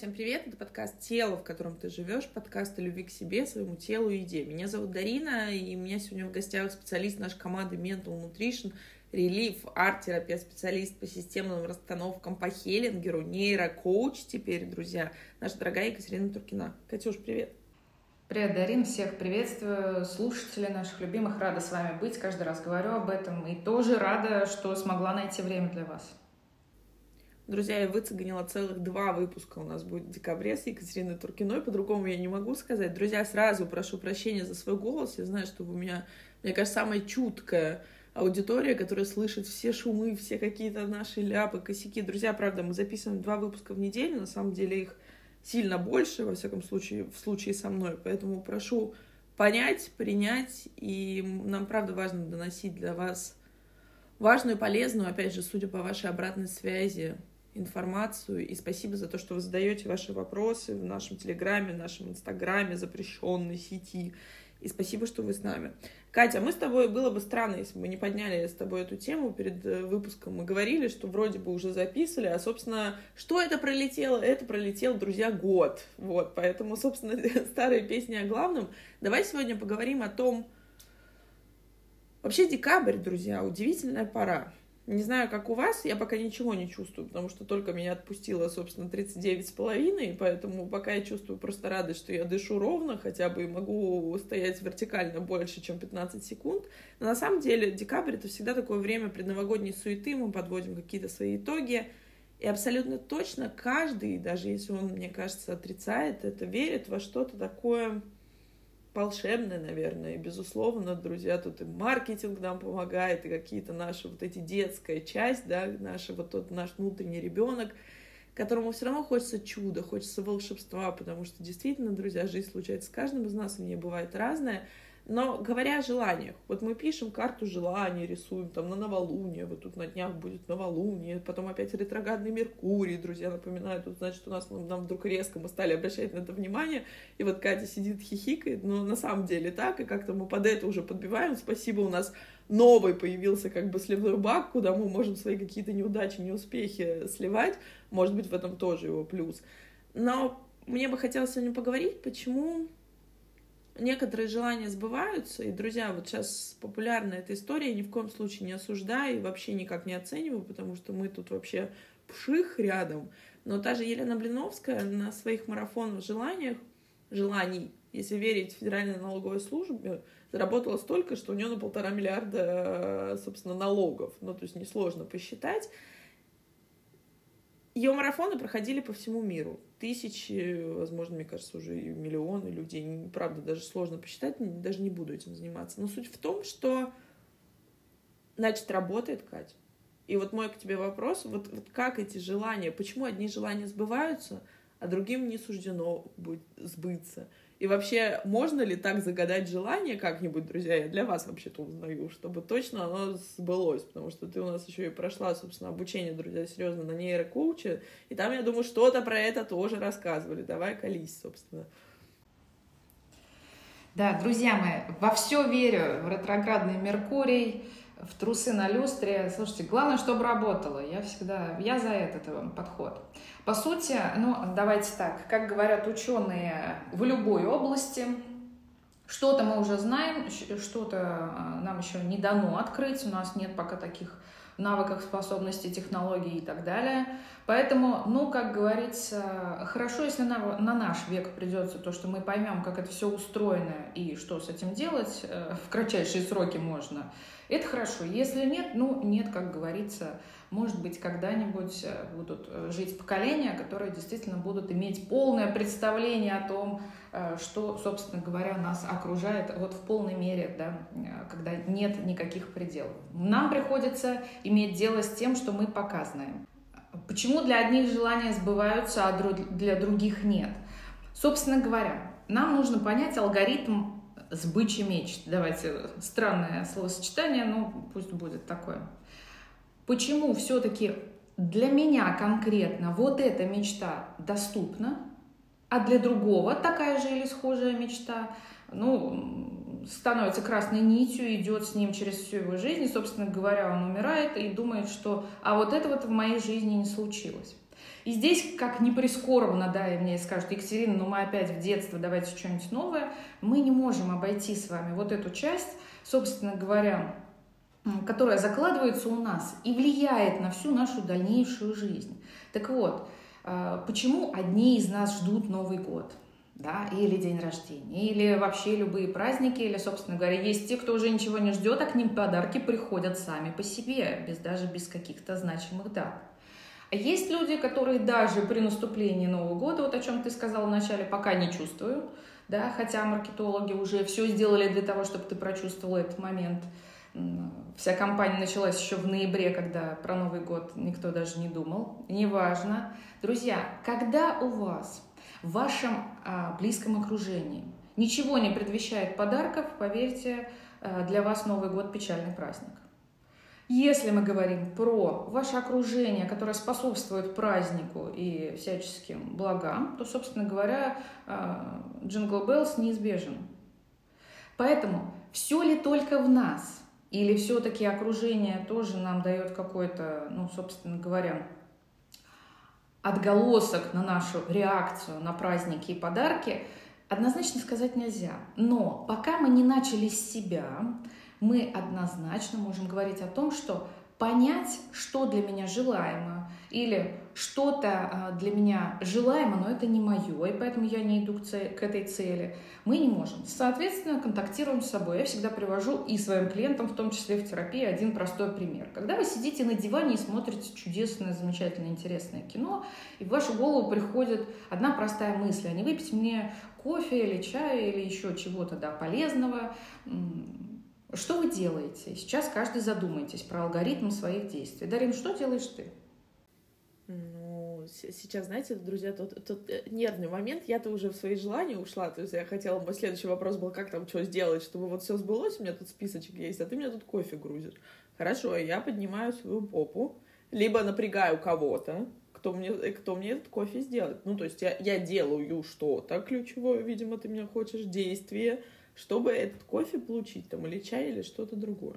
всем привет! Это подкаст «Тело, в котором ты живешь», подкаст о любви к себе, своему телу и еде. Меня зовут Дарина, и у меня сегодня в гостях специалист нашей команды Mental Nutrition, релиф, арт-терапевт, специалист по системным расстановкам, по хеллингеру, нейрокоуч теперь, друзья, наша дорогая Екатерина Туркина. Катюш, привет! Привет, Дарин, всех приветствую, слушатели наших любимых, рада с вами быть, каждый раз говорю об этом, и тоже рада, что смогла найти время для вас. Друзья, я выцегонила целых 2 выпуска у нас будет в декабре с Екатериной Туркиной, по-другому я не могу сказать. Друзья, сразу прошу прощения за свой голос, я знаю, что у меня, мне кажется, самая чуткая аудитория, которая слышит все шумы, все какие-то наши ляпы, косяки. Друзья, правда, мы записываем 2 выпуска в неделю, на самом деле их сильно больше, во всяком случае, в случае со мной, поэтому прошу понять, принять, и нам, правда, важно доносить для вас важную и полезную, опять же, судя по вашей обратной связи, информацию, и спасибо за то, что вы задаете ваши вопросы в нашем Телеграме, в нашем Инстаграме, запрещенной сети, и спасибо, что вы с нами. Катя, мы с тобой, было бы странно, если бы мы не подняли с тобой эту тему перед выпуском. Мы говорили, что вроде бы уже записывали, а, собственно, что это пролетело? Это пролетел, друзья, год. Вот, поэтому, собственно, старые песни о главном. Давай сегодня поговорим о том... Вообще декабрь, друзья, удивительная пора. Не знаю, как у вас, я пока ничего не чувствую, потому что только меня отпустило, собственно, 39,5, поэтому пока я чувствую просто радость, что я дышу ровно, хотя бы могу стоять вертикально больше, чем 15 секунд. Но на самом деле декабрь — это всегда такое время предновогодней суеты, мы подводим какие-то свои итоги, и абсолютно точно каждый, даже если он, мне кажется, отрицает это, верит во что-то такое... волшебное, наверное, и, безусловно, друзья, тут и маркетинг нам помогает, и какие-то наши вот эти детская часть, да, наша вот тот наш внутренний ребенок, которому все равно хочется чуда, хочется волшебства, потому что действительно, друзья, жизнь случается с каждым из нас, и не бывает разная. Но говоря о желаниях, вот мы пишем карту желаний, рисуем там на новолуние, вот тут на днях будет новолуние, потом опять ретроградный Меркурий, друзья, напоминаю, тут, значит, у нас нам вдруг резко мы стали обращать на это внимание, и вот Катя сидит, хихикает, но на самом деле так, и как-то мы под это уже подбиваем, спасибо, у нас новый появился как бы сливной бак, куда мы можем свои какие-то неудачи, неуспехи сливать, может быть, в этом тоже его плюс. Но мне бы хотелось сегодня поговорить, почему... некоторые желания сбываются, и, друзья, вот сейчас популярна эта история, я ни в коем случае не осуждаю и вообще никак не оцениваю, потому что мы тут вообще пших рядом, но та же Елена Блиновская на своих марафонах желаний, если верить Федеральной налоговой службе, заработала столько, что у нее на 1,5 миллиарда, собственно, налогов, ну, то есть несложно посчитать. Ее марафоны проходили по всему миру. Тысячи, возможно, мне кажется, уже и миллионы людей. Правда, даже сложно посчитать, даже не буду этим заниматься. Но суть в том, что, значит, работает, Катя. И вот мой к тебе вопрос, вот как эти желания, почему одни желания сбываются, а другим не суждено сбыться? И вообще, можно ли так загадать желание как-нибудь, друзья? Я для вас вообще-то узнаю, чтобы точно оно сбылось, потому что ты у нас еще и прошла, собственно, обучение, друзья, серьезно, на нейрокоуче, и там, я думаю, что-то про это тоже рассказывали. Давай колись, собственно. Да, друзья мои, во все верю, в ретроградный Меркурий, в трусы на люстре. Слушайте, главное, чтобы работало. Я за этот подход. По сути, давайте так, как говорят ученые в любой области, что-то мы уже знаем, что-то нам еще не дано открыть, у нас нет пока таких навыков, способностей, технологий и так далее. Поэтому, как говорится, хорошо, если на наш век придется то, что мы поймем, как это все устроено и что с этим делать в кратчайшие сроки можно. Это хорошо. Если нет, нет, как говорится, может быть, когда-нибудь будут жить поколения, которые действительно будут иметь полное представление о том, что, собственно говоря, нас окружает вот в полной мере, да, когда нет никаких пределов. Нам приходится иметь дело с тем, что мы пока знаем. Почему для одних желания сбываются, а для других нет? Собственно говоря, нам нужно понять алгоритм сбычи мечт. Давайте, странное словосочетание, пусть будет такое. Почему все-таки для меня конкретно вот эта мечта доступна, а для другого такая же или схожая мечта, становится красной нитью, идет с ним через всю его жизнь, и, собственно говоря, он умирает и думает, что вот это вот в моей жизни не случилось. И здесь, как ни прискорбно, да, и мне скажут: Екатерина, ну мы опять в детство, давайте что-нибудь новое, мы не можем обойти с вами вот эту часть, собственно говоря, которая закладывается у нас и влияет на всю нашу дальнейшую жизнь. Так вот, почему одни из нас ждут Новый год? Да, или день рождения, или вообще любые праздники, или, собственно говоря, есть те, кто уже ничего не ждет, а к ним подарки приходят сами по себе, даже без каких-то значимых дат. А есть люди, которые даже при наступлении Нового года, вот о чем ты сказала вначале, пока не чувствуют, да, хотя маркетологи уже все сделали для того, чтобы ты прочувствовал этот момент. Вся кампания началась еще в ноябре, когда про Новый год никто даже не думал. Неважно. Друзья, когда у вас в вашем близком окружении ничего не предвещает подарков, поверьте, для вас Новый год печальный праздник. Если мы говорим про ваше окружение, которое способствует празднику и всяческим благам, то, собственно говоря, Jingle Bells неизбежен. Поэтому все ли только в нас? Или все-таки окружение тоже нам дает какой-то, собственно говоря, отголосок на нашу реакцию на праздники и подарки, однозначно сказать нельзя. Но пока мы не начали с себя, мы однозначно можем говорить о том, что понять, что для меня желаемо, или что-то для меня желаемо, но это не мое, и поэтому я не иду к этой цели, мы не можем. Соответственно, контактируем с собой. Я всегда привожу и своим клиентам, в том числе в терапии, один простой пример. Когда вы сидите на диване и смотрите чудесное, замечательное, интересное кино, и в вашу голову приходит одна простая мысль: а не выпить мне кофе или чая или еще чего-то полезного? Что вы делаете? Сейчас каждый задумайтесь про алгоритм своих действий. Дарин, что делаешь ты? Сейчас, знаете, друзья, тут нервный момент. Я-то уже в свои желания ушла. То есть я хотела, мой следующий вопрос был, как там что сделать, чтобы вот все сбылось. У меня тут списочек есть, а ты меня тут кофе грузишь. Хорошо, я поднимаю свою попу, либо напрягаю кого-то, кто мне этот кофе сделает. То есть я делаю что-то ключевое, видимо, ты меня хочешь, действие, чтобы этот кофе получить, или чай, или что-то другое.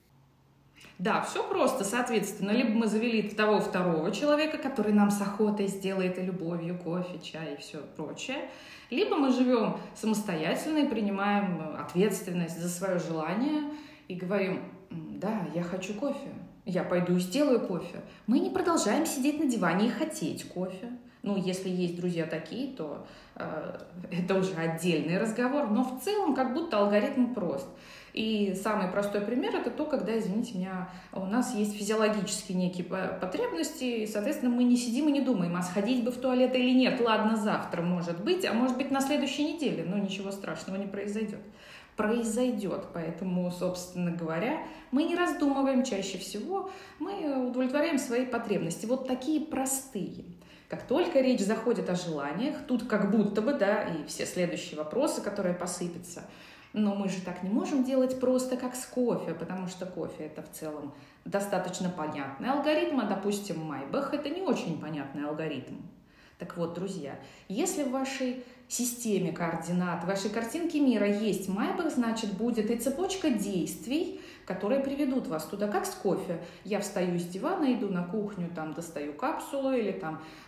Да, все просто, соответственно. Либо мы завели второго человека, который нам с охотой сделает и любовью кофе, чай и все прочее. Либо мы живем самостоятельно и принимаем ответственность за свое желание и говорим: да, я хочу кофе, я пойду и сделаю кофе. Мы не продолжаем сидеть на диване и хотеть кофе. Если есть друзья такие, то это уже отдельный разговор, но в целом как будто алгоритм прост. И самый простой пример — это то, когда, извините меня, у нас есть физиологические некие потребности, и, соответственно, мы не сидим и не думаем, а сходить бы в туалет или нет. Ладно, завтра, может быть, а может быть на следующей неделе, но ничего страшного не произойдет. Произойдет, поэтому, собственно говоря, мы не раздумываем чаще всего, мы удовлетворяем свои потребности. Вот такие простые. Как только речь заходит о желаниях, тут как будто бы, и все следующие вопросы, которые посыпятся. Но мы же так не можем делать просто как с кофе, потому что кофе — это в целом достаточно понятный алгоритм, а, допустим, Майбах — это не очень понятный алгоритм. Так вот, друзья, если в вашей системе координат, в вашей картинке мира есть Майбах, значит, будет и цепочка действий, которые приведут вас туда, как с кофе. Я встаю с дивана, иду на кухню, достаю капсулу или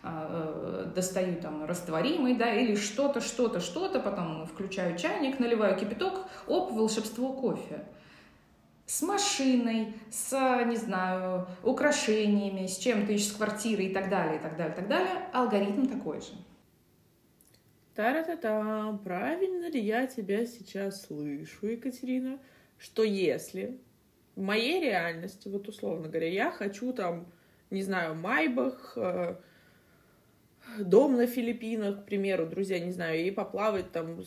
достаю растворимый, или что-то, потом включаю чайник, наливаю кипяток, волшебство кофе. С машиной, с, украшениями, с чем-то из квартиры и так далее, и так далее, и так далее. Алгоритм такой же. Та-ра-та-та, правильно ли я тебя сейчас слышу, Екатерина, что если в моей реальности, условно говоря, я хочу Майбах, дом на Филиппинах, к примеру, друзья, и поплавать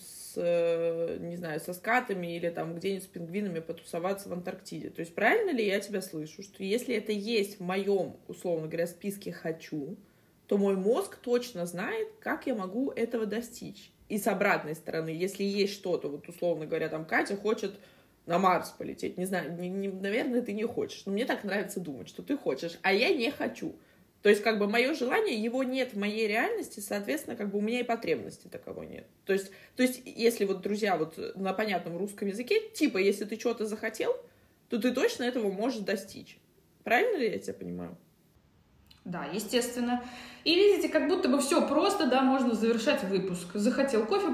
со скатами или где-нибудь с пингвинами потусоваться в Антарктиде. То есть правильно ли я тебя слышу, что если это есть в моем, условно говоря, списке «хочу», то мой мозг точно знает, как я могу этого достичь. И с обратной стороны, если есть что-то, условно говоря, Катя хочет на Марс полететь, не знаю, наверное, ты не хочешь, но мне так нравится думать, что ты хочешь, а я не хочу. То есть, мое желание, его нет в моей реальности, соответственно, у меня и потребности таковой нет. То есть, если друзья, на понятном русском языке, если ты что-то захотел, то ты точно этого можешь достичь. Правильно ли я тебя понимаю? Да, естественно. И видите, как будто бы все просто, да, можно завершать выпуск. Захотел кофе,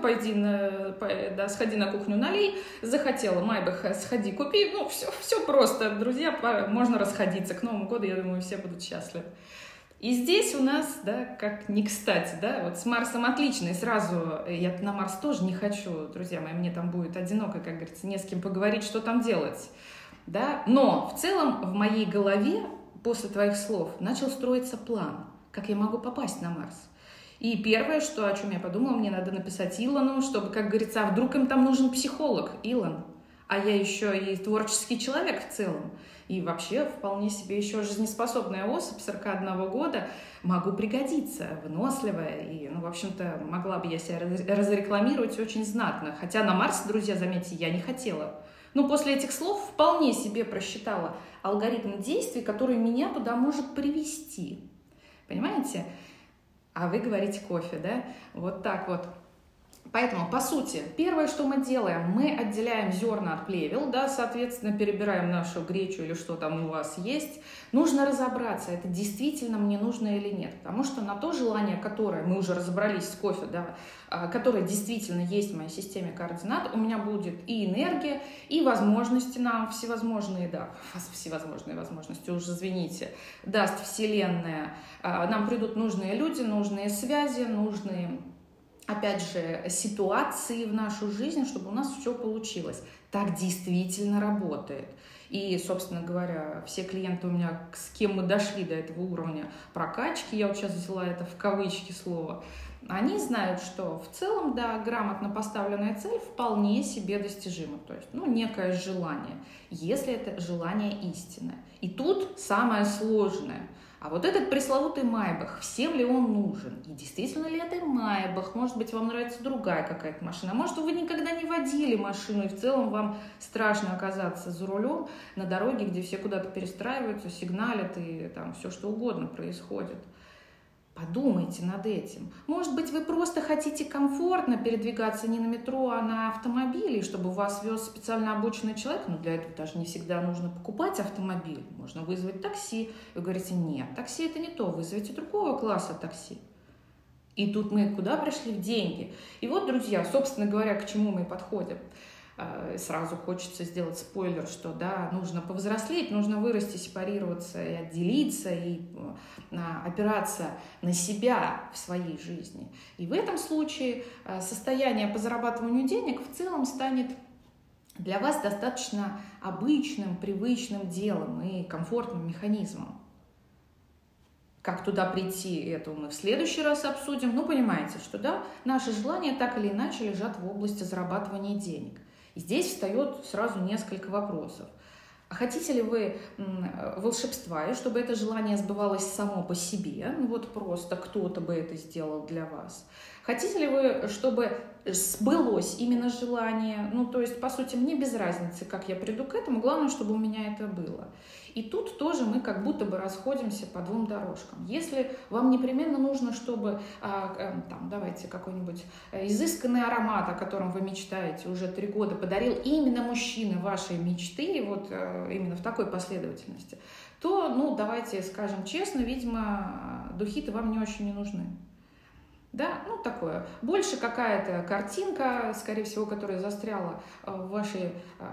сходи на кухню, налей. Захотела Майбах, сходи, купи. Ну, все просто, друзья, можно расходиться. К Новому году, я думаю, все будут счастливы. И здесь у нас, да, как не кстати, да, вот с Марсом отлично, и сразу я на Марс тоже не хочу, друзья мои, мне там будет одиноко, как говорится, не с кем поговорить, что там делать, да, но в целом в моей голове после твоих слов начал строиться план, как я могу попасть на Марс. И первое, о чем я подумала, мне надо написать Илону, чтобы, как говорится, а вдруг им там нужен психолог, Илон, а я еще и творческий человек в целом. И вообще вполне себе еще жизнеспособная особь 41 года, могу пригодиться, выносливая. И, в общем-то, могла бы я себя разрекламировать очень знатно. Хотя на Марс, друзья, заметьте, я не хотела. Но после этих слов вполне себе просчитала алгоритм действий, который меня туда может привести. Понимаете? А вы говорите кофе, да? Вот так вот. Поэтому, по сути, первое, что мы делаем, мы отделяем зерна от плевел, да, соответственно, перебираем нашу гречу или что там у вас есть. Нужно разобраться, это действительно мне нужно или нет, потому что на то желание, которое, мы уже разобрались с кофе, да, которое действительно есть в моей системе координат, у меня будет и энергия, и возможности нам всевозможные, да, всевозможные возможности, уж извините, даст Вселенная. Нам придут нужные люди, нужные связи, нужные... опять же, ситуации в нашу жизнь, чтобы у нас все получилось. Так действительно работает. И, собственно говоря, все клиенты у меня, с кем мы дошли до этого уровня прокачки, я вот сейчас взяла это в кавычки слово, они знают, что в целом, да, грамотно поставленная цель вполне себе достижима. То есть, некое желание, если это желание истинное. И тут самое сложное. А вот этот пресловутый Майбах, всем ли он нужен? И действительно ли это Майбах? Может быть, вам нравится другая какая-то машина? Может, вы никогда не водили машину, и в целом вам страшно оказаться за рулем на дороге, где все куда-то перестраиваются, сигналят, и там все что угодно происходит. Подумайте над этим. Может быть, вы просто хотите комфортно передвигаться не на метро, а на автомобиле, чтобы вас вез специально обученный человек. Но для этого даже не всегда нужно покупать автомобиль. Можно вызвать такси. Вы говорите, нет, такси это не то, вызовите другого класса такси. И тут мы куда пришли? В деньги. И вот, друзья, собственно говоря, к чему мы подходим. Сразу хочется сделать спойлер, что да, нужно повзрослеть, нужно вырасти, сепарироваться и отделиться, и опираться на себя в своей жизни. И в этом случае состояние по зарабатыванию денег в целом станет для вас достаточно обычным, привычным делом и комфортным механизмом. Как туда прийти, это мы в следующий раз обсудим. Понимаете, что да, наши желания так или иначе лежат в области зарабатывания денег. И здесь встает сразу несколько вопросов. А хотите ли вы волшебства, и чтобы это желание сбывалось само по себе? Просто кто-то бы это сделал для вас. Хотите ли вы, чтобы сбылось именно желание? То есть, по сути, мне без разницы, как я приду к этому, главное, чтобы у меня это было. И тут тоже мы как будто бы расходимся по двум дорожкам. Если вам непременно нужно, чтобы, давайте какой-нибудь изысканный аромат, о котором вы мечтаете уже 3 года, подарил именно мужчина вашей мечты, именно в такой последовательности, то, давайте скажем честно, видимо, духи-то вам не очень не нужны. Да, такое. Больше какая-то картинка, скорее всего, которая застряла в вашей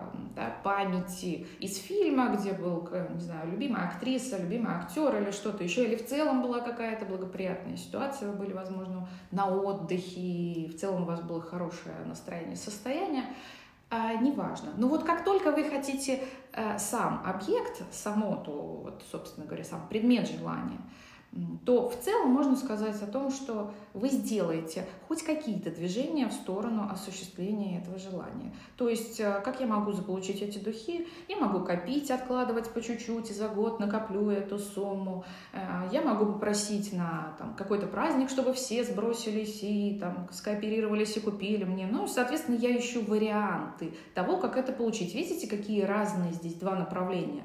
памяти из фильма, где был, не знаю, любимая актриса, любимый актер или что-то еще, или в целом была какая-то благоприятная ситуация, вы были, возможно, на отдыхе, и в целом у вас было хорошее настроение, состояние. Неважно. Но как только вы хотите сам объект, собственно говоря, сам предмет желания, то в целом можно сказать о том, что вы сделаете хоть какие-то движения в сторону осуществления этого желания. То есть, как я могу заполучить эти духи? Я могу копить, откладывать по чуть-чуть, и за год накоплю эту сумму. Я могу попросить на какой-то праздник, чтобы все сбросились и скооперировались и купили мне. Соответственно, я ищу варианты того, как это получить. Видите, какие разные здесь два направления?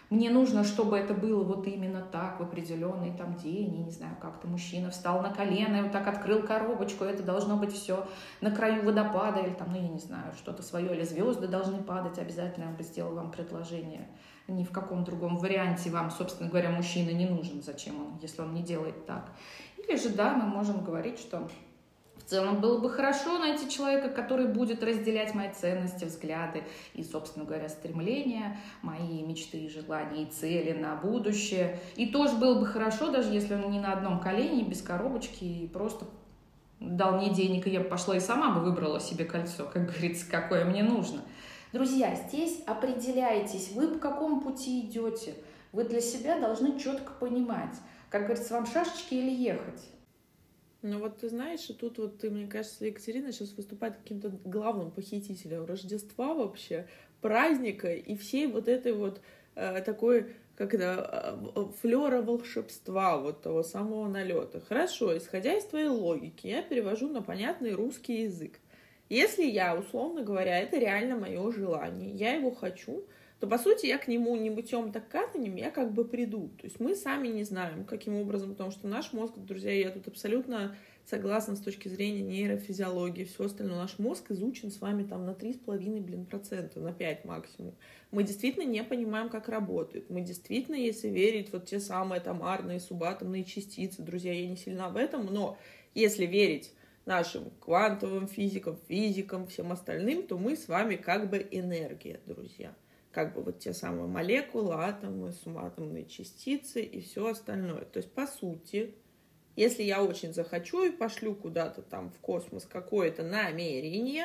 мне нужно, чтобы это было вот именно так, в определенный там день, я не знаю, как-то мужчина встал на колено и вот так открыл коробочку, это должно быть все на краю водопада, или там, ну, я не знаю, что-то свое, или звезды должны падать, обязательно я бы сделала вам предложение. Ни в каком другом варианте вам, собственно говоря, мужчина не нужен, зачем он, если он не делает так. Или же, да, мы можем говорить, что в целом было бы хорошо найти человека, который будет разделять мои ценности, взгляды и, собственно говоря, стремления, мои мечты, желания и цели на будущее. И тоже было бы хорошо, даже если он не на одном колене, без коробочки, и просто дал мне денег, и я пошла и сама бы выбрала себе кольцо, как говорится, какое мне нужно. Друзья, здесь определяйтесь, вы по какому пути идете. Вы для себя должны четко понимать, как говорится, вам шашечки или ехать. Ну вот ты знаешь, и тут вот ты, мне кажется, Екатерина сейчас выступает каким-то главным похитителем Рождества вообще, праздника и всей вот этой вот такой, как это, флера волшебства, вот того самого налета. Хорошо, исходя из твоей логики, я перевожу на понятный русский язык. Если я, условно говоря, это реально мое желание, я его хочу, то, по сути, я к нему не мытьем, так катанем, я как бы приду. То есть мы сами не знаем, каким образом, потому что наш мозг, друзья, я тут абсолютно согласна с точки зрения нейрофизиологии, все остальное. Наш мозг изучен с вами там на 3,5%, на 5 максимум. Мы действительно не понимаем, как работает. Мы действительно, если верить вот те самые атомарные, субатомные частицы, друзья, я не сильна в этом, но если верить нашим квантовым физикам, всем остальным, то мы с вами как бы энергия, друзья. Как бы вот те самые молекулы, атомы, субатомные частицы и все остальное. То есть, по сути, если я очень захочу и пошлю куда-то там в космос какое-то намерение,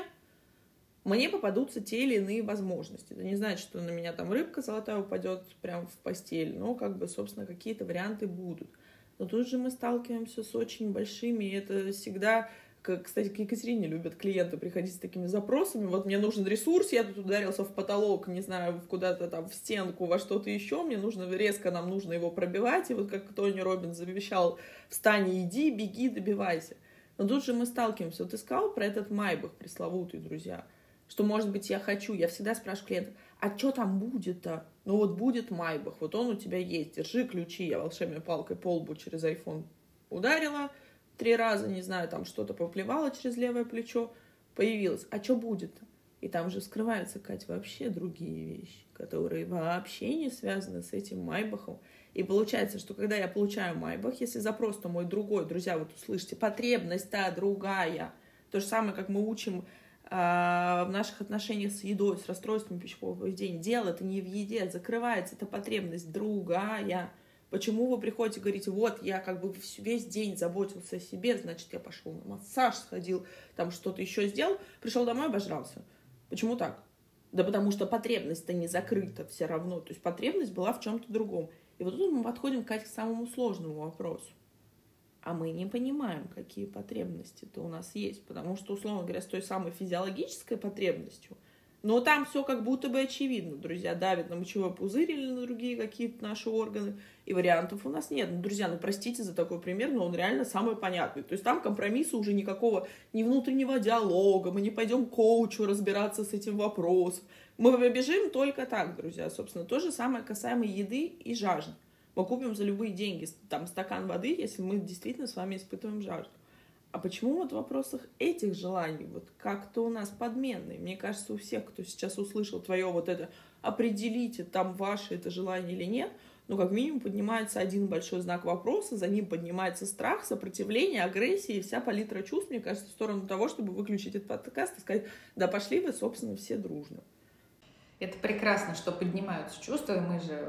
мне попадутся те или иные возможности. Это не значит, что на меня там рыбка золотая упадет прямо в постель, но как бы, собственно, какие-то варианты будут. Но тут же мы сталкиваемся с очень большими, и это всегда... Кстати, к Екатерине любят клиенты приходить с такими запросами. Вот мне нужен ресурс, я тут ударился в потолок, не знаю, куда-то там в стенку, во что-то еще. Мне нужно резко, нам нужно его пробивать. И вот как Тони Роббинс завещал: встань и иди, беги, добивайся. Но тут же мы сталкиваемся. Вот ты сказал про этот майбах пресловутый, друзья, что, может быть, я хочу. Я всегда спрашиваю клиентов: а что там будет-то? Ну вот будет майбах, вот он у тебя есть, держи ключи. Я волшебной палкой по лбу через iPhone ударила 3 раза, не знаю, там что-то поплевало через левое плечо, появилось. А что будет-то? И там же скрываются, Кать, вообще другие вещи, которые вообще не связаны с этим майбахом. И получается, что когда я получаю майбах, если запрос-то мой другой, друзья, вот услышите, потребность-то другая. То же самое, как мы учим в наших отношениях с едой, с расстройством пищевого поведения. Дело это не в еде, закрывается эта потребность другая. Почему вы приходите и говорите: вот, я как бы весь день заботился о себе, значит, я пошел на массаж, сходил, там что-то еще сделал, пришел домой, обожрался. Почему так? Да потому что потребность-то не закрыта все равно, то есть потребность была в чем-то другом. И вот тут мы подходим, Катя, к самому сложному вопросу. А мы не понимаем, какие потребности-то у нас есть, потому что, условно говоря, с той самой физиологической потребностью, но там все как будто бы очевидно, друзья, давит на мочевой пузырь или на другие какие-то наши органы, и вариантов у нас нет. Ну, друзья, ну простите за такой пример, но он реально самый понятный. То есть там компромисса уже никакого, ни внутреннего диалога, мы не пойдем к коучу разбираться с этим вопросом. Мы побежим только так, друзья. Собственно, то же самое касаемо еды и жажды. Мы купим за любые деньги там стакан воды, если мы действительно с вами испытываем жажду. А почему вот в вопросах этих желаний вот как-то у нас подменные? Мне кажется, у всех, кто сейчас услышал твое вот это «определите, там ваше это желание или нет», ну, как минимум, поднимается один большой знак вопроса, за ним поднимается страх, сопротивление, агрессия и вся палитра чувств, мне кажется, в сторону того, чтобы выключить этот подкаст и сказать: да пошли вы, собственно, все дружно. Это прекрасно, что поднимаются чувства, мы же...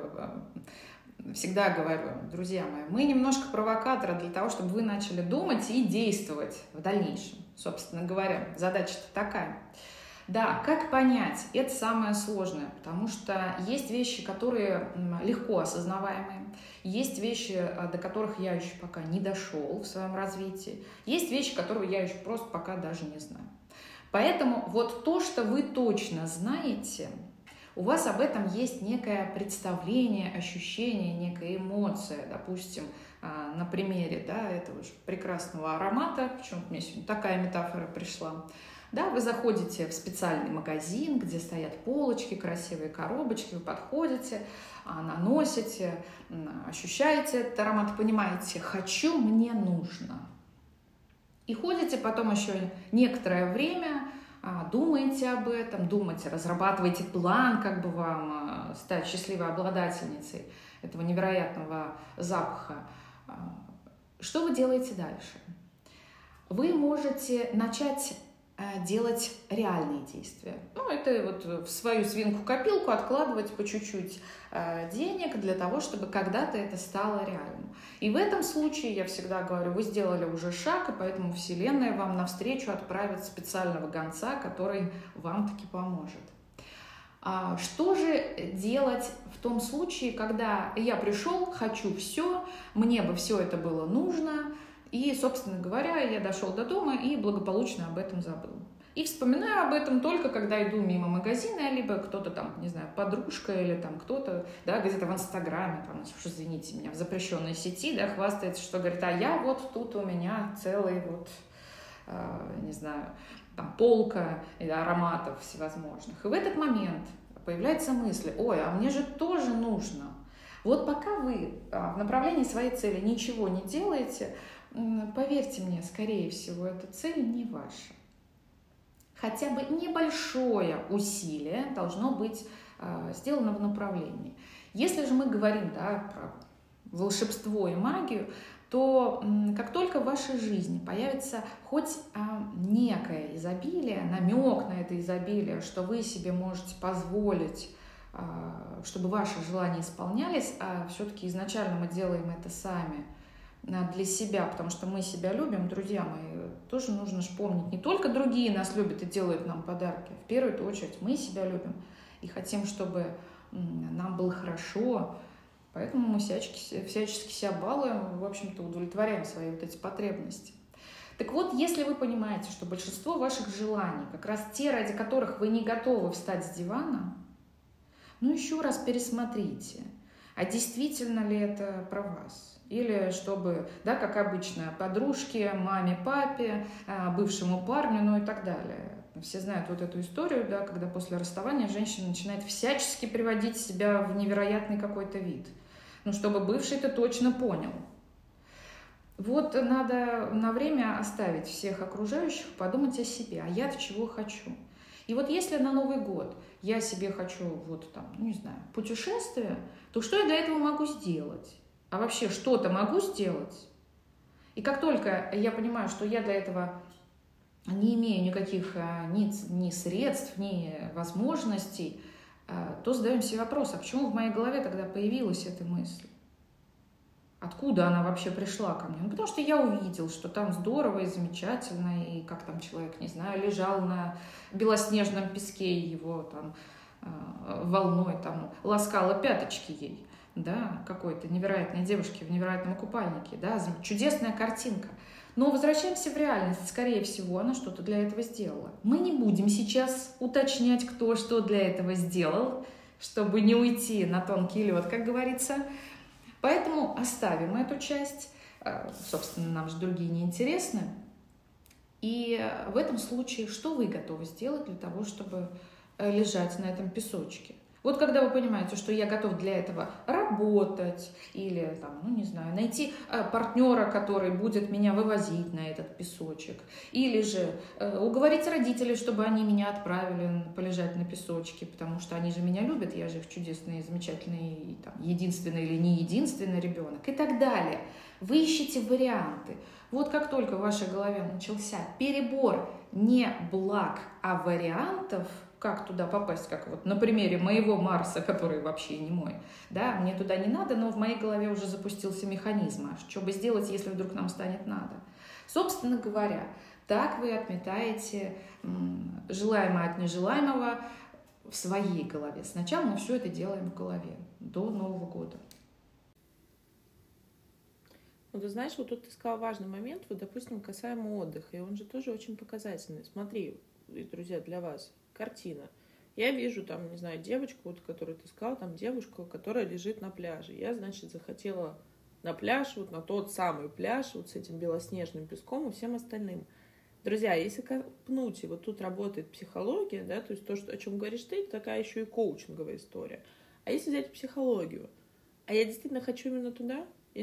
Всегда говорю, друзья мои, мы немножко провокаторы для того, чтобы вы начали думать и действовать в дальнейшем. Собственно говоря, задача-то такая. Да, как понять? Это самое сложное, потому что есть вещи, которые легко осознаваемые, есть вещи, до которых я еще пока не дошел в своем развитии, есть вещи, которые я еще просто пока даже не знаю. Поэтому вот то, что вы точно знаете, у вас об этом есть некое представление, ощущение, некая эмоция, допустим, на примере, да, этого же прекрасного аромата, почему-то мне сегодня такая метафора пришла. Да, вы заходите в специальный магазин, где стоят полочки, красивые коробочки, вы подходите, наносите, ощущаете этот аромат, понимаете, хочу, мне нужно. И ходите потом еще некоторое время, думаете об этом, разрабатываете план, как бы вам стать счастливой обладательницей этого невероятного запаха. Что вы делаете дальше? Вы можете начать делать реальные действия. Это вот в свою свинку-копилку откладывать по чуть-чуть денег для того, чтобы когда-то это стало реальным. И в этом случае, я всегда говорю, вы сделали уже шаг, и поэтому Вселенная вам навстречу отправит специального гонца, который вам таки поможет. Что же делать в том случае, когда я пришел, хочу все, мне бы все это было нужно, и, собственно говоря, я дошел до дома и благополучно об этом забыл. И вспоминаю об этом только, когда иду мимо магазина, либо кто-то там, не знаю, подружка или там кто-то, да, где-то в Инстаграме, там, уж извините меня, в запрещенной сети, да, хвастается, что говорит, я вот тут у меня целый вот, не знаю, там, полка ароматов всевозможных. И в этот момент появляется мысль, а мне же тоже нужно. Вот пока вы в направлении своей цели ничего не делаете, поверьте мне, скорее всего, эта цель не ваша. Хотя бы небольшое усилие должно быть сделано в направлении. Если же мы говорим, да, про волшебство и магию, то как только в вашей жизни появится хоть некое изобилие, намек на это изобилие, что вы себе можете позволить, чтобы ваши желания исполнялись, а все-таки изначально мы делаем это сами, для себя, потому что мы себя любим, друзья мои, тоже нужно же помнить, не только другие нас любят и делают нам подарки, в первую очередь мы себя любим и хотим, чтобы нам было хорошо, поэтому мы всячески себя балуем, в общем-то, удовлетворяем свои вот эти потребности. Так вот, если вы понимаете, что большинство ваших желаний, как раз те, ради которых вы не готовы встать с дивана, еще раз пересмотрите, а действительно ли это про вас? Или чтобы, да, как обычно, подружке, маме, папе, бывшему парню, и так далее. Все знают вот эту историю, да, когда после расставания женщина начинает всячески приводить себя в невероятный какой-то вид. Чтобы бывший-то точно понял. Вот надо на время оставить всех окружающих, подумать о себе, а я-то чего хочу. И вот если на Новый год я себе хочу, путешествие, то что я для этого могу сделать? А вообще что-то могу сделать? И как только я понимаю, что я для этого не имею никаких ни средств, ни возможностей, то задаем себе вопрос, а почему в моей голове тогда появилась эта мысль? Откуда она вообще пришла ко мне? Потому что я увидел, что там здорово и замечательно, и как там человек, не знаю, лежал на белоснежном песке, и его там волной там ласкала пяточки ей. Да, какой-то невероятной девушки в невероятном купальнике, да, чудесная картинка. Но возвращаемся в реальность. Скорее всего, она что-то для этого сделала. Мы не будем сейчас уточнять, кто что для этого сделал, чтобы не уйти на тонкий лед, как говорится. Поэтому оставим эту часть. Собственно, нам же другие не интересны. И в этом случае, что вы готовы сделать для того, чтобы лежать на этом песочке? Вот когда вы понимаете, что я готов для этого работать или, найти партнера, который будет меня вывозить на этот песочек, или же уговорить родителей, чтобы они меня отправили полежать на песочке, потому что они же меня любят, я же их чудесный, замечательный, единственный или не единственный ребенок и так далее. Вы ищете варианты. Вот как только в вашей голове начался перебор не благ, а вариантов, как туда попасть, как вот на примере моего Марса, который вообще не мой. Да, мне туда не надо, но в моей голове уже запустился механизм. А что бы сделать, если вдруг нам станет надо? Собственно говоря, так вы отметаете желаемое от нежелаемого в своей голове. Сначала мы все это делаем в голове до Нового года. Ты знаешь, вот тут ты сказала важный момент, вот, допустим, касаемо отдыха, и он же тоже очень показательный. Смотри, друзья, для вас картина. Я вижу там, не знаю, девочку, вот, которую ты сказала, там девушку, которая лежит на пляже. Я, значит, захотела на пляж, вот на тот самый пляж, вот с этим белоснежным песком и всем остальным. Друзья, если копнуть, и вот тут работает психология, да, то есть то, что, о чем говоришь ты, это такая еще и коучинговая история. А если взять психологию, а я действительно хочу именно туда,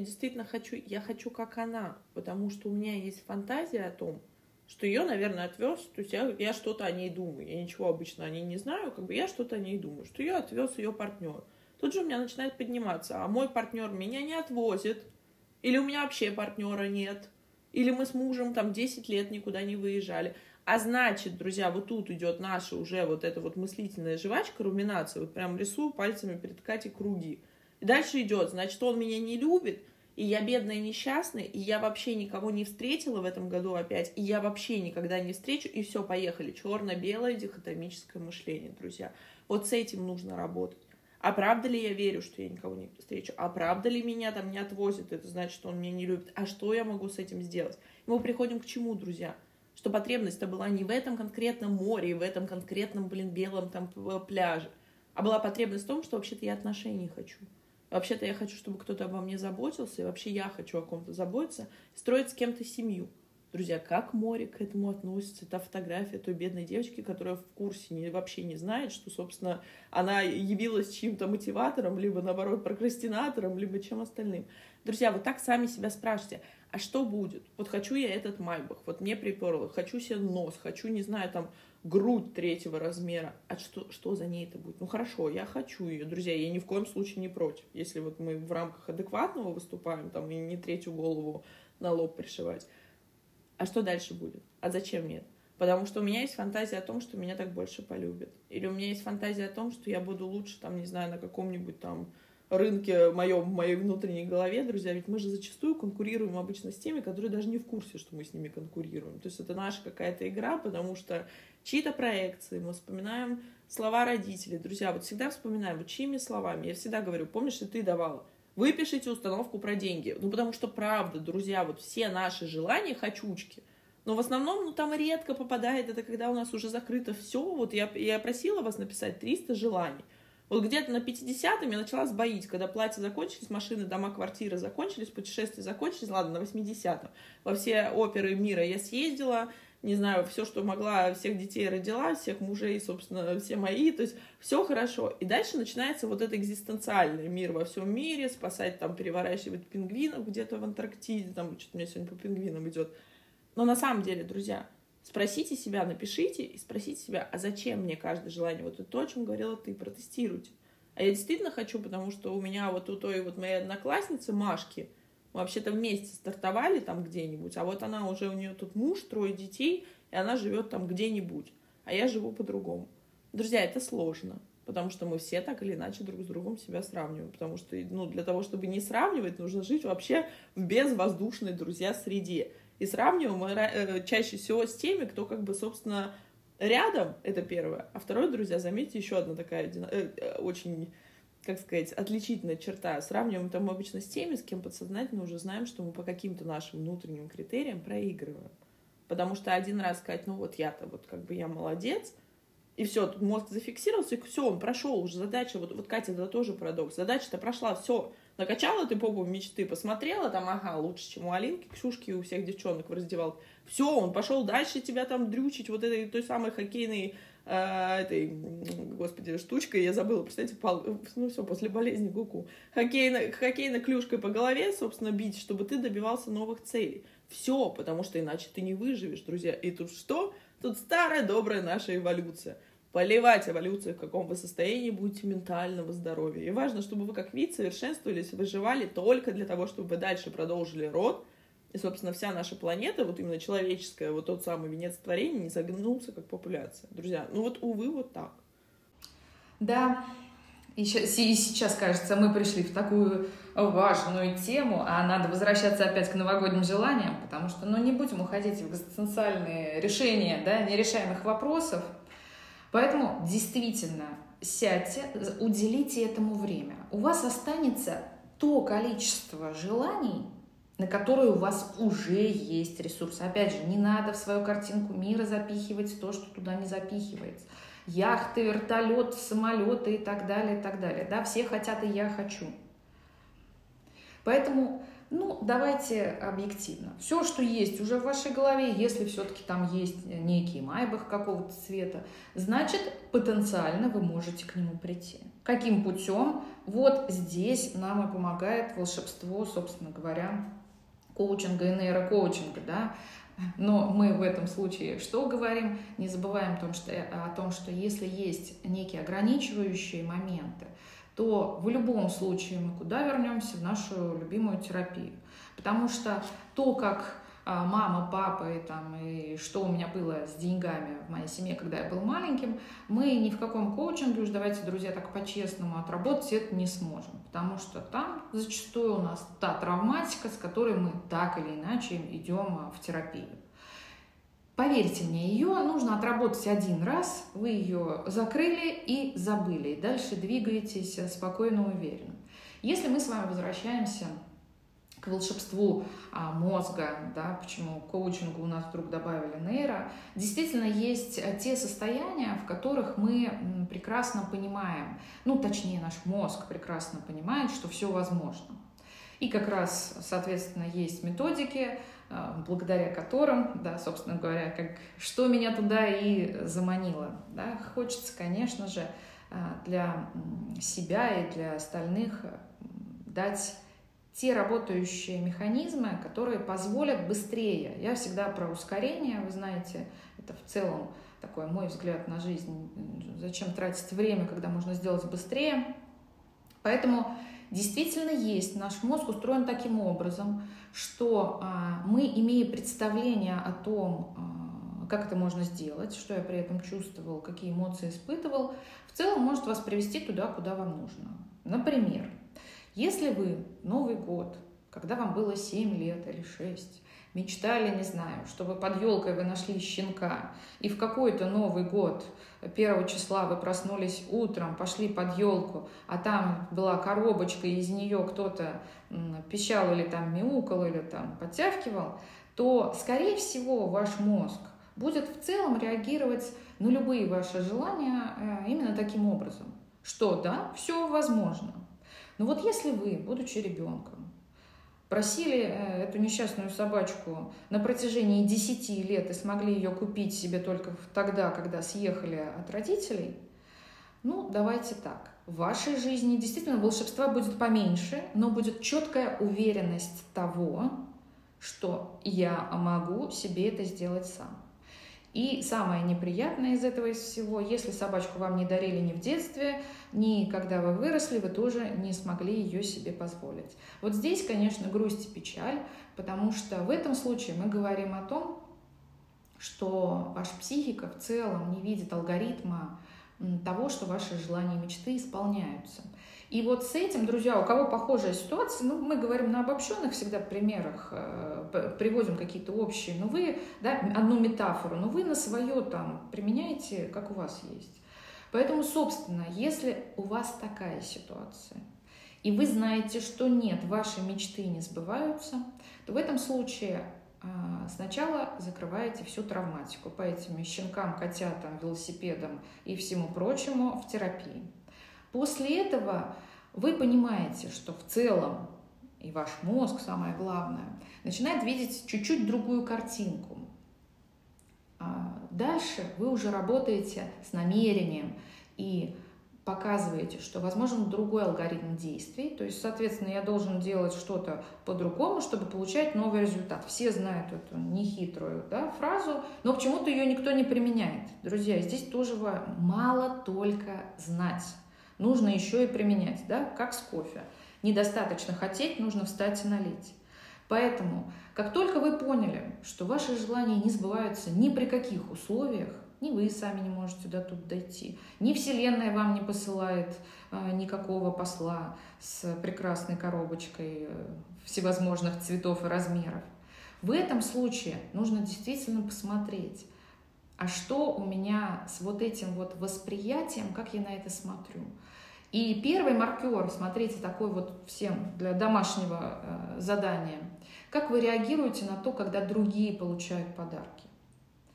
я хочу как она, потому что у меня есть фантазия о том, что ее, наверное, отвез, то есть я что-то о ней думаю, я ничего обычно о ней не знаю, как бы я что-то о ней думаю, что ее отвез ее партнер. Тут же у меня начинает подниматься, а мой партнер меня не отвозит, или у меня вообще партнера нет, или мы с мужем там 10 лет никуда не выезжали. А значит, друзья, вот тут идет наша уже вот эта вот мыслительная жвачка, руминация, вот прям рисую пальцами перед Катей круги. И дальше идет, значит, он меня не любит, и я бедная несчастная, и я вообще никого не встретила в этом году опять, и я вообще никогда не встречу, и все, поехали. Черно-белое дихотомическое мышление, друзья. Вот с этим нужно работать. А правда ли я верю, что я никого не встречу? А правда ли меня там не отвозят? Это значит, что он меня не любит. А что я могу с этим сделать? И мы приходим к чему, друзья? Что потребность-то была не в этом конкретном море, в этом конкретном, белом там пляже, а была потребность в том, что вообще-то я отношений хочу. Вообще-то я хочу, чтобы кто-то обо мне заботился, и вообще я хочу о ком-то заботиться, строить с кем-то семью. Друзья, как море к этому относится? Та фотография той бедной девочки, которая в курсе вообще не знает, что, собственно, она явилась чьим-то мотиватором, либо, наоборот, прокрастинатором, либо чем остальным. Друзья, вот так сами себя спрашивайте, а что будет? Вот хочу я этот майбах, вот мне приперло, хочу себе нос, хочу, не знаю, там, грудь 3-го размера. А что за ней это будет? Ну хорошо, я хочу ее, друзья, я ни в коем случае не против. Если вот мы в рамках адекватного выступаем, там, и не 3-ю голову на лоб пришивать. А что дальше будет? А зачем мне это? Потому что у меня есть фантазия о том, что меня так больше полюбят. Или у меня есть фантазия о том, что я буду лучше, там, не знаю, на каком-нибудь там рынке в моей внутренней голове, друзья. Ведь мы же зачастую конкурируем обычно с теми, которые даже не в курсе, что мы с ними конкурируем. То есть это наша какая-то игра, потому что чьи-то проекции, мы вспоминаем слова родителей. Друзья, вот всегда вспоминаем, вот чьими словами. Я всегда говорю, помнишь, и ты давала. Выпишите установку про деньги. Ну, потому что, правда, друзья, вот все наши желания, хочучки, но в основном, ну, там редко попадает, это когда у нас уже закрыто все. Вот я просила вас написать 300 желаний. Вот где-то на 50-м я начала сбоить, когда платья закончились, машины, дома, квартиры закончились, путешествия закончились, ладно, на 80-м. Во все оперы мира я съездила, не знаю, все, что могла, всех детей родила, всех мужей, собственно, все мои, то есть все хорошо. И дальше начинается вот этот экзистенциальный мир во всем мире, спасать, там, переворачивать пингвинов где-то в Антарктиде, там, что-то у меня сегодня по пингвинам идет. Но на самом деле, друзья, спросите себя, напишите и спросите себя, а зачем мне каждое желание? Вот это то, о чем говорила ты, протестируйте. А я действительно хочу, потому что у меня вот у той вот моей одноклассницы Машки, мы вообще-то вместе стартовали там где-нибудь, а вот она уже, у нее тут муж, 3 детей, и она живет там где-нибудь, а я живу по-другому. Друзья, это сложно, потому что мы все так или иначе друг с другом себя сравниваем, потому что, ну, для того, чтобы не сравнивать, нужно жить вообще в безвоздушной, друзья, среде. И сравниваем мы чаще всего с теми, кто как бы, собственно, рядом, это первое. А второе, друзья, заметьте, еще одна такая очень, как сказать, отличительная черта. Сравниваем там обычно с теми, с кем подсознательно уже знаем, что мы по каким-то нашим внутренним критериям проигрываем. Потому что один раз сказать, ну вот я-то, вот как бы я молодец, и все, тут мозг зафиксировался, и все, он прошел уже, задача, вот Катя, это тоже парадокс, задача-то прошла, все, накачала ты попу мечты, посмотрела там, ага, лучше, чем у Алинки, Ксюшки, у всех девчонок в раздевалке, все, он пошел дальше тебя там дрючить вот этой той самой хоккейной, господи, штучкой, я забыла, представляете, ну все, после болезни гуку, хоккейной клюшкой по голове, собственно, бить, чтобы ты добивался новых целей. Все, потому что иначе ты не выживешь, друзья. И тут что? Тут старая добрая наша эволюция. Поливать эволюцию, в каком вы состоянии будете ментального здоровья. И важно, чтобы вы как вид совершенствовались, выживали только для того, чтобы вы дальше продолжили род. И, собственно, вся наша планета, вот именно человеческая, вот тот самый венец творения, не загнулся как популяция. Друзья, ну вот, увы, вот так. Да, и сейчас, кажется, мы пришли в такую важную тему, а надо возвращаться опять к новогодним желаниям, потому что, ну, не будем уходить в экзистенциальные решения, да, нерешаемых вопросов. Поэтому действительно сядьте, уделите этому время. У вас останется то количество желаний, на которые у вас уже есть ресурсы. Опять же, не надо в свою картинку мира запихивать то, что туда не запихивается. Яхты, вертолеты, самолеты и так далее, и так далее. Да, все хотят, и я хочу. Поэтому Ну, давайте объективно. Все, что есть уже в вашей голове, если все-таки там есть некий майбах какого-то цвета, значит, потенциально вы можете к нему прийти. Каким путем? Вот здесь нам и помогает волшебство, собственно говоря, коучинга и нейрокоучинга, да. Но мы в этом случае что говорим? Не забываем о том, что если есть некие ограничивающие моменты, то в любом случае мы куда вернемся? В нашу любимую терапию. Потому что то, как мама, папа и что у меня было с деньгами в моей семье, когда я был маленьким, мы ни в каком коучинге, уж давайте, друзья, так по-честному отработать это не сможем. Потому что там зачастую у нас та травматика, с которой мы так или иначе идем в терапию. Поверьте мне, ее нужно отработать один раз, вы ее закрыли и забыли, и дальше двигаетесь спокойно, уверенно. Если мы с вами возвращаемся к волшебству мозга, да, почему к коучингу у нас вдруг добавили нейро, действительно есть те состояния, в которых мы прекрасно понимаем, точнее наш мозг прекрасно понимает, что все возможно. И как раз, соответственно, есть методики, благодаря которым, да, собственно говоря, что меня туда и заманило. Да. Хочется, конечно же, для себя и для остальных дать те работающие механизмы, которые позволят быстрее. Я всегда про ускорение, вы знаете, это в целом такой мой взгляд на жизнь. Зачем тратить время, когда можно сделать быстрее? Поэтому действительно есть, наш мозг устроен таким образом, что мы, имея представление о том, как это можно сделать, что я при этом чувствовал, какие эмоции испытывал, в целом может вас привести туда, куда вам нужно. Например, если вы Новый год, когда вам было 7 лет или 6, мечтали, не знаю, чтобы под елкой вы нашли щенка, и в какой-то Новый год 1 числа вы проснулись утром, пошли под елку, а там была коробочка, и из нее кто-то пищал или там мяукал, или там подтявкивал, то, скорее всего, ваш мозг будет в целом реагировать на любые ваши желания именно таким образом, что да, все возможно. Но вот если вы, будучи ребенком, просили эту несчастную собачку на протяжении 10 лет и смогли ее купить себе только тогда, когда съехали от родителей, давайте так. В вашей жизни действительно волшебства будет поменьше, но будет четкая уверенность того, что я могу себе это сделать сам. И самое неприятное из этого всего, если собачку вам не дарили ни в детстве, ни когда вы выросли, вы тоже не смогли ее себе позволить. Вот здесь, конечно, грусть и печаль, потому что в этом случае мы говорим о том, что ваша психика в целом не видит алгоритма того, что ваши желания и мечты исполняются. И вот с этим, друзья, у кого похожая ситуация, мы говорим на обобщенных всегда примерах, приводим какие-то общие, вы, да, одну метафору, но вы на свое там применяете, как у вас есть. Поэтому, собственно, если у вас такая ситуация, и вы знаете, что нет, ваши мечты не сбываются, то в этом случае сначала закрываете всю травматику по этим щенкам, котятам, велосипедам и всему прочему в терапии. После этого вы понимаете, что в целом и ваш мозг, самое главное, начинает видеть чуть-чуть другую картинку. Дальше вы уже работаете с намерением и показываете, что возможен другой алгоритм действий, то есть, соответственно, я должен делать что-то по-другому, чтобы получать новый результат. Все знают эту нехитрую, да, фразу, но почему-то ее никто не применяет. Друзья, здесь тоже мало только знать. Нужно еще и применять, да, как с кофе. Недостаточно хотеть, нужно встать и налить. Поэтому, как только вы поняли, что ваши желания не сбываются ни при каких условиях, ни вы сами не можете до тут дойти, ни Вселенная вам не посылает никакого посла с прекрасной коробочкой всевозможных цветов и размеров, в этом случае нужно действительно посмотреть, а что у меня с вот этим вот восприятием, как я на это смотрю. И первый маркер, смотрите, такой вот всем для домашнего задания, как вы реагируете на то, когда другие получают подарки.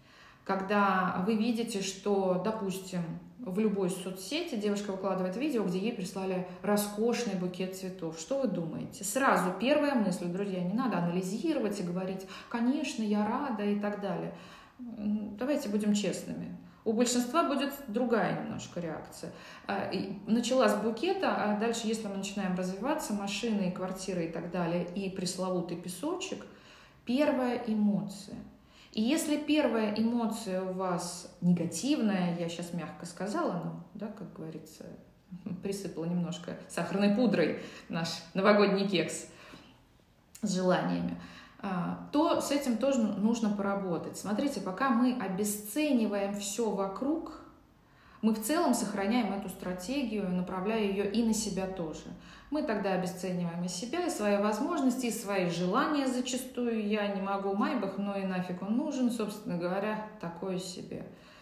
когда вы видите, что, допустим, в любой соцсети девушка выкладывает видео, где ей прислали роскошный букет цветов. Что вы думаете? Сразу первая мысль, друзья, не надо анализировать и говорить, конечно, я рада и так далее. Давайте будем честными. У большинства будет другая немножко реакция. Начала с букета, а дальше, если мы начинаем развиваться, машины, квартиры и так далее, и пресловутый песочек, первая эмоция. И если первая эмоция у вас негативная, я сейчас мягко сказала, ну, да, как говорится, присыпала немножко сахарной пудрой наш новогодний кекс с желаниями, то с этим тоже нужно поработать. Смотрите, пока мы обесцениваем все вокруг, мы в целом сохраняем эту стратегию, направляя ее и на себя тоже. Мы тогда обесцениваем и себя, и свои возможности, и свои желания зачастую. Я не могу Майбах, но и нафиг он нужен, собственно говоря, такое себе.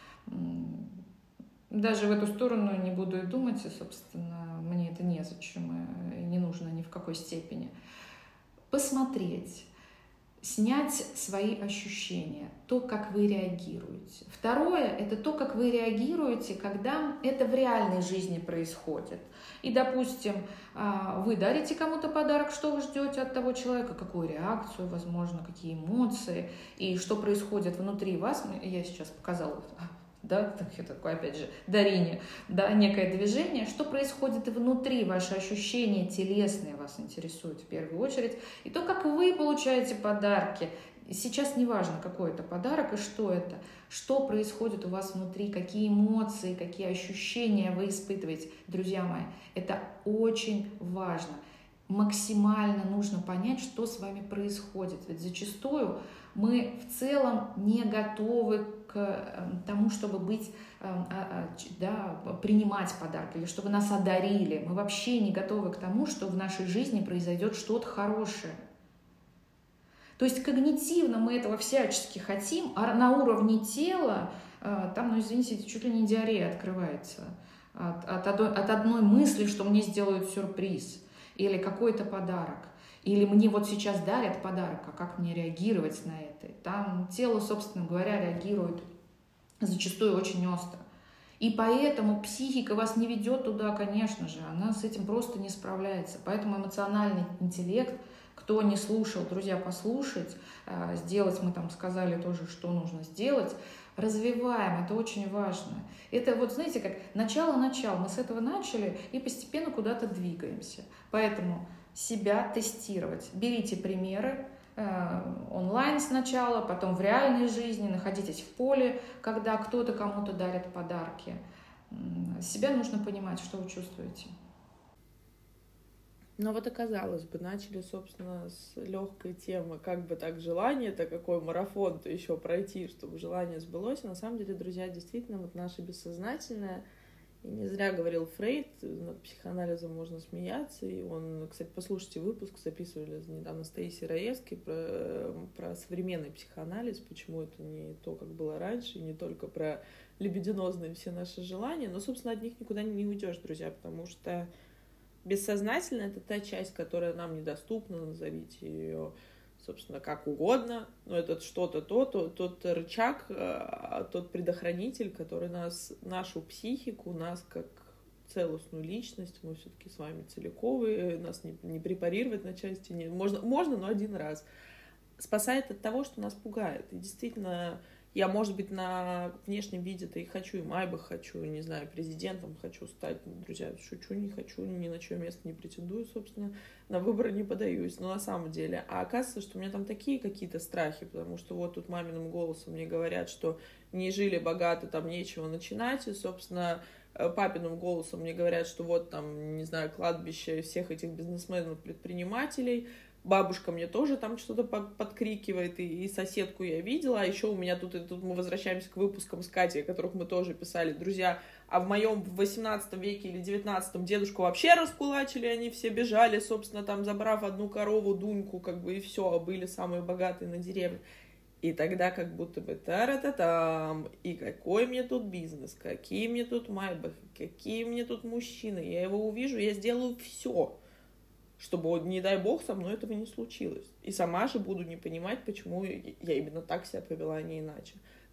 Даже в эту сторону не буду и думать, и, собственно, мне это незачем и не нужно ни в какой степени. Посмотреть, снять свои ощущения, то, как вы реагируете. Второе – это то, как вы реагируете, когда это в реальной жизни происходит. И, допустим, вы дарите кому-то подарок, что вы ждете от того человека, какую реакцию, возможно, какие эмоции, и что происходит внутри вас. Я сейчас показала, да, такое, опять же, дарение, да, некое движение. Что происходит внутри, ваши ощущения телесные вас интересуют в первую очередь, и то, как вы получаете подарки. Сейчас не важно, какой это подарок и что происходит у вас внутри, какие эмоции, какие ощущения вы испытываете. Друзья мои, это очень важно. Максимально нужно понять, что с вами происходит. Ведь зачастую мы в целом не готовы к тому, чтобы принимать подарок или чтобы нас одарили. Мы вообще не готовы к тому, что в нашей жизни произойдет что-то хорошее. То есть когнитивно мы этого всячески хотим, а на уровне тела там, ну извините, чуть ли не диарея открывается от одной мысли, что мне сделают сюрприз или какой-то подарок. Или мне вот сейчас дарят подарок, а как мне реагировать на это? Там тело, собственно говоря, реагирует зачастую очень остро. И поэтому психика вас не ведет туда, конечно же, она с этим просто не справляется. Поэтому эмоциональный интеллект, кто не слушал, друзья, послушать, сделать, мы там сказали тоже, что нужно сделать, развиваем, это очень важно. Это вот, знаете, как начало-начало, мы с этого начали и постепенно куда-то двигаемся. Поэтому себя тестировать. Берите примеры онлайн сначала, потом в реальной жизни, находитесь в поле, когда кто-то кому-то дарит подарки. Себя нужно понимать, что вы чувствуете. Ну вот и казалось бы, начали, собственно, с легкой темы, как бы так желание-то, какой марафон-то еще пройти, чтобы желание сбылось. И на самом деле, друзья, действительно, вот наше бессознательное, и не зря говорил Фрейд, над психоанализом можно смеяться, и он, кстати, послушайте выпуск, записывали недавно с Таисией Раевской про современный психоанализ, почему это не то, как было раньше, не только про либидинозные все наши желания, но, собственно, от них никуда не уйдешь, друзья, потому что бессознательно — это та часть, которая нам недоступна, назовите ее, собственно, как угодно, но это что-то, тот рычаг, тот предохранитель, который нашу психику, нас как целостную личность, мы все-таки с вами целиковые, нас не препарировать на части, можно, но один раз, спасает от того, что нас пугает. И действительно, я, может быть, на внешнем виде-то и хочу, и Майбах хочу, и, не знаю, президентом хочу стать. Друзья, шучу, не хочу, ни на чье место не претендую, собственно, на выборы не подаюсь. Но на самом деле, а оказывается, что у меня там такие какие-то страхи, потому что вот тут маминым голосом мне говорят, что не жили богато, там нечего начинать, и, собственно, папиным голосом мне говорят, что вот там, не знаю, кладбище всех этих бизнесменов, предпринимателей. Бабушка мне тоже там что-то подкрикивает, и соседку я видела, а еще у меня тут мы возвращаемся к выпускам с Катей, о которых мы тоже писали, друзья, а в моем в 18 веке или 19 дедушку вообще раскулачили, они все бежали, собственно, там забрав одну корову, Дуньку, как бы, и все, а были самые богатые на деревне. И тогда как будто бы та-ра-та-там, и какой мне тут бизнес, какие мне тут майбахи, какие мне тут мужчины, я его увижу, я сделаю все, чтобы, не дай бог, со мной этого не случилось. И сама же буду не понимать, почему я именно так себя повела, а не иначе.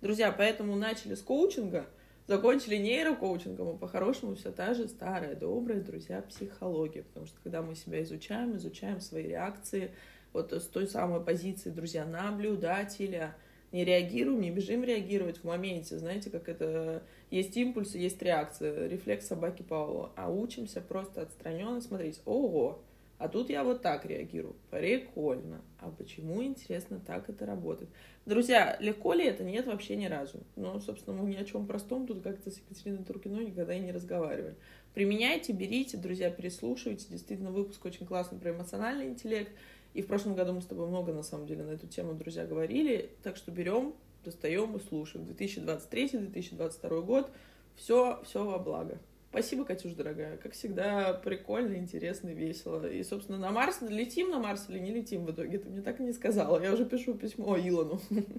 Друзья, поэтому начали с коучинга, закончили нейрокоучингом, а по-хорошему все та же старая, добрая, друзья, психология. Потому что когда мы себя изучаем свои реакции, вот с той самой позиции, друзья, наблюдателя, не реагируем, не бежим реагировать в моменте, знаете, как это есть импульсы, есть реакция, рефлекс собаки Павлова, а учимся просто отстраненно смотреть, ого, а тут я вот так реагирую, прикольно, а почему, интересно, так это работает. Друзья, легко ли это? Нет, вообще ни разу. Но, собственно, мы ни о чем простом тут как-то с Екатериной Туркиной никогда и не разговаривали. Применяйте, берите, друзья, переслушивайте, действительно, выпуск очень классный про эмоциональный интеллект. И в прошлом году мы с тобой много, на самом деле, на эту тему, друзья, говорили. Так что берем, достаем и слушаем. 2023-2022 год. Все во благо. Спасибо, Катюш, дорогая. Как всегда, прикольно, интересно, весело. И, собственно, на Марс, летим на Марс или не летим в итоге? Ты мне так и не сказала. Я уже пишу письмо Илону.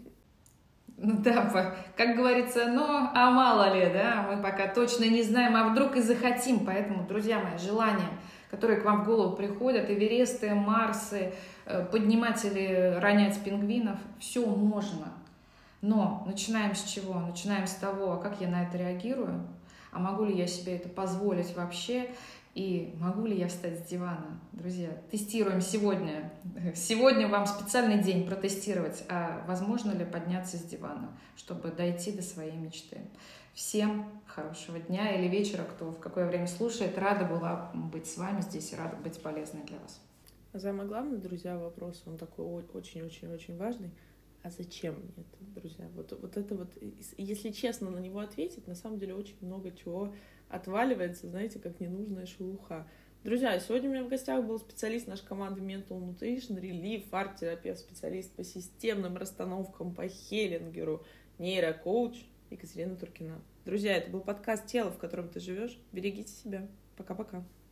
Ну да, как говорится, а мало ли, да, мы пока точно не знаем, а вдруг и захотим. Поэтому, друзья мои, желания, которые к вам в голову приходят, Эвересты, Марсы, подниматели, ронять пингвинов, все можно. Но начинаем с чего? Начинаем с того, как я на это реагирую, а могу ли я себе это позволить вообще, и могу ли я встать с дивана. Друзья, тестируем сегодня. Сегодня вам специальный день протестировать, а возможно ли подняться с дивана, чтобы дойти до своей мечты. Всем хорошего дня или вечера, кто в какое время слушает. Рада была быть с вами здесь и рада быть полезной для вас. А самое главное, друзья, вопрос, он такой очень-очень-очень важный. А зачем мне это, друзья? Вот это вот, если честно на него ответить, на самом деле очень много чего отваливается, знаете, как ненужная шелуха. Друзья, сегодня у меня в гостях был специалист нашей команды Mental Nutrition, Relief, арт-терапевт, специалист по системным расстановкам, по хеллингеру, нейрокоуч Екатерина Туркина. Друзья, это был подкаст «Тело, в котором ты живешь». Берегите себя. Пока-пока.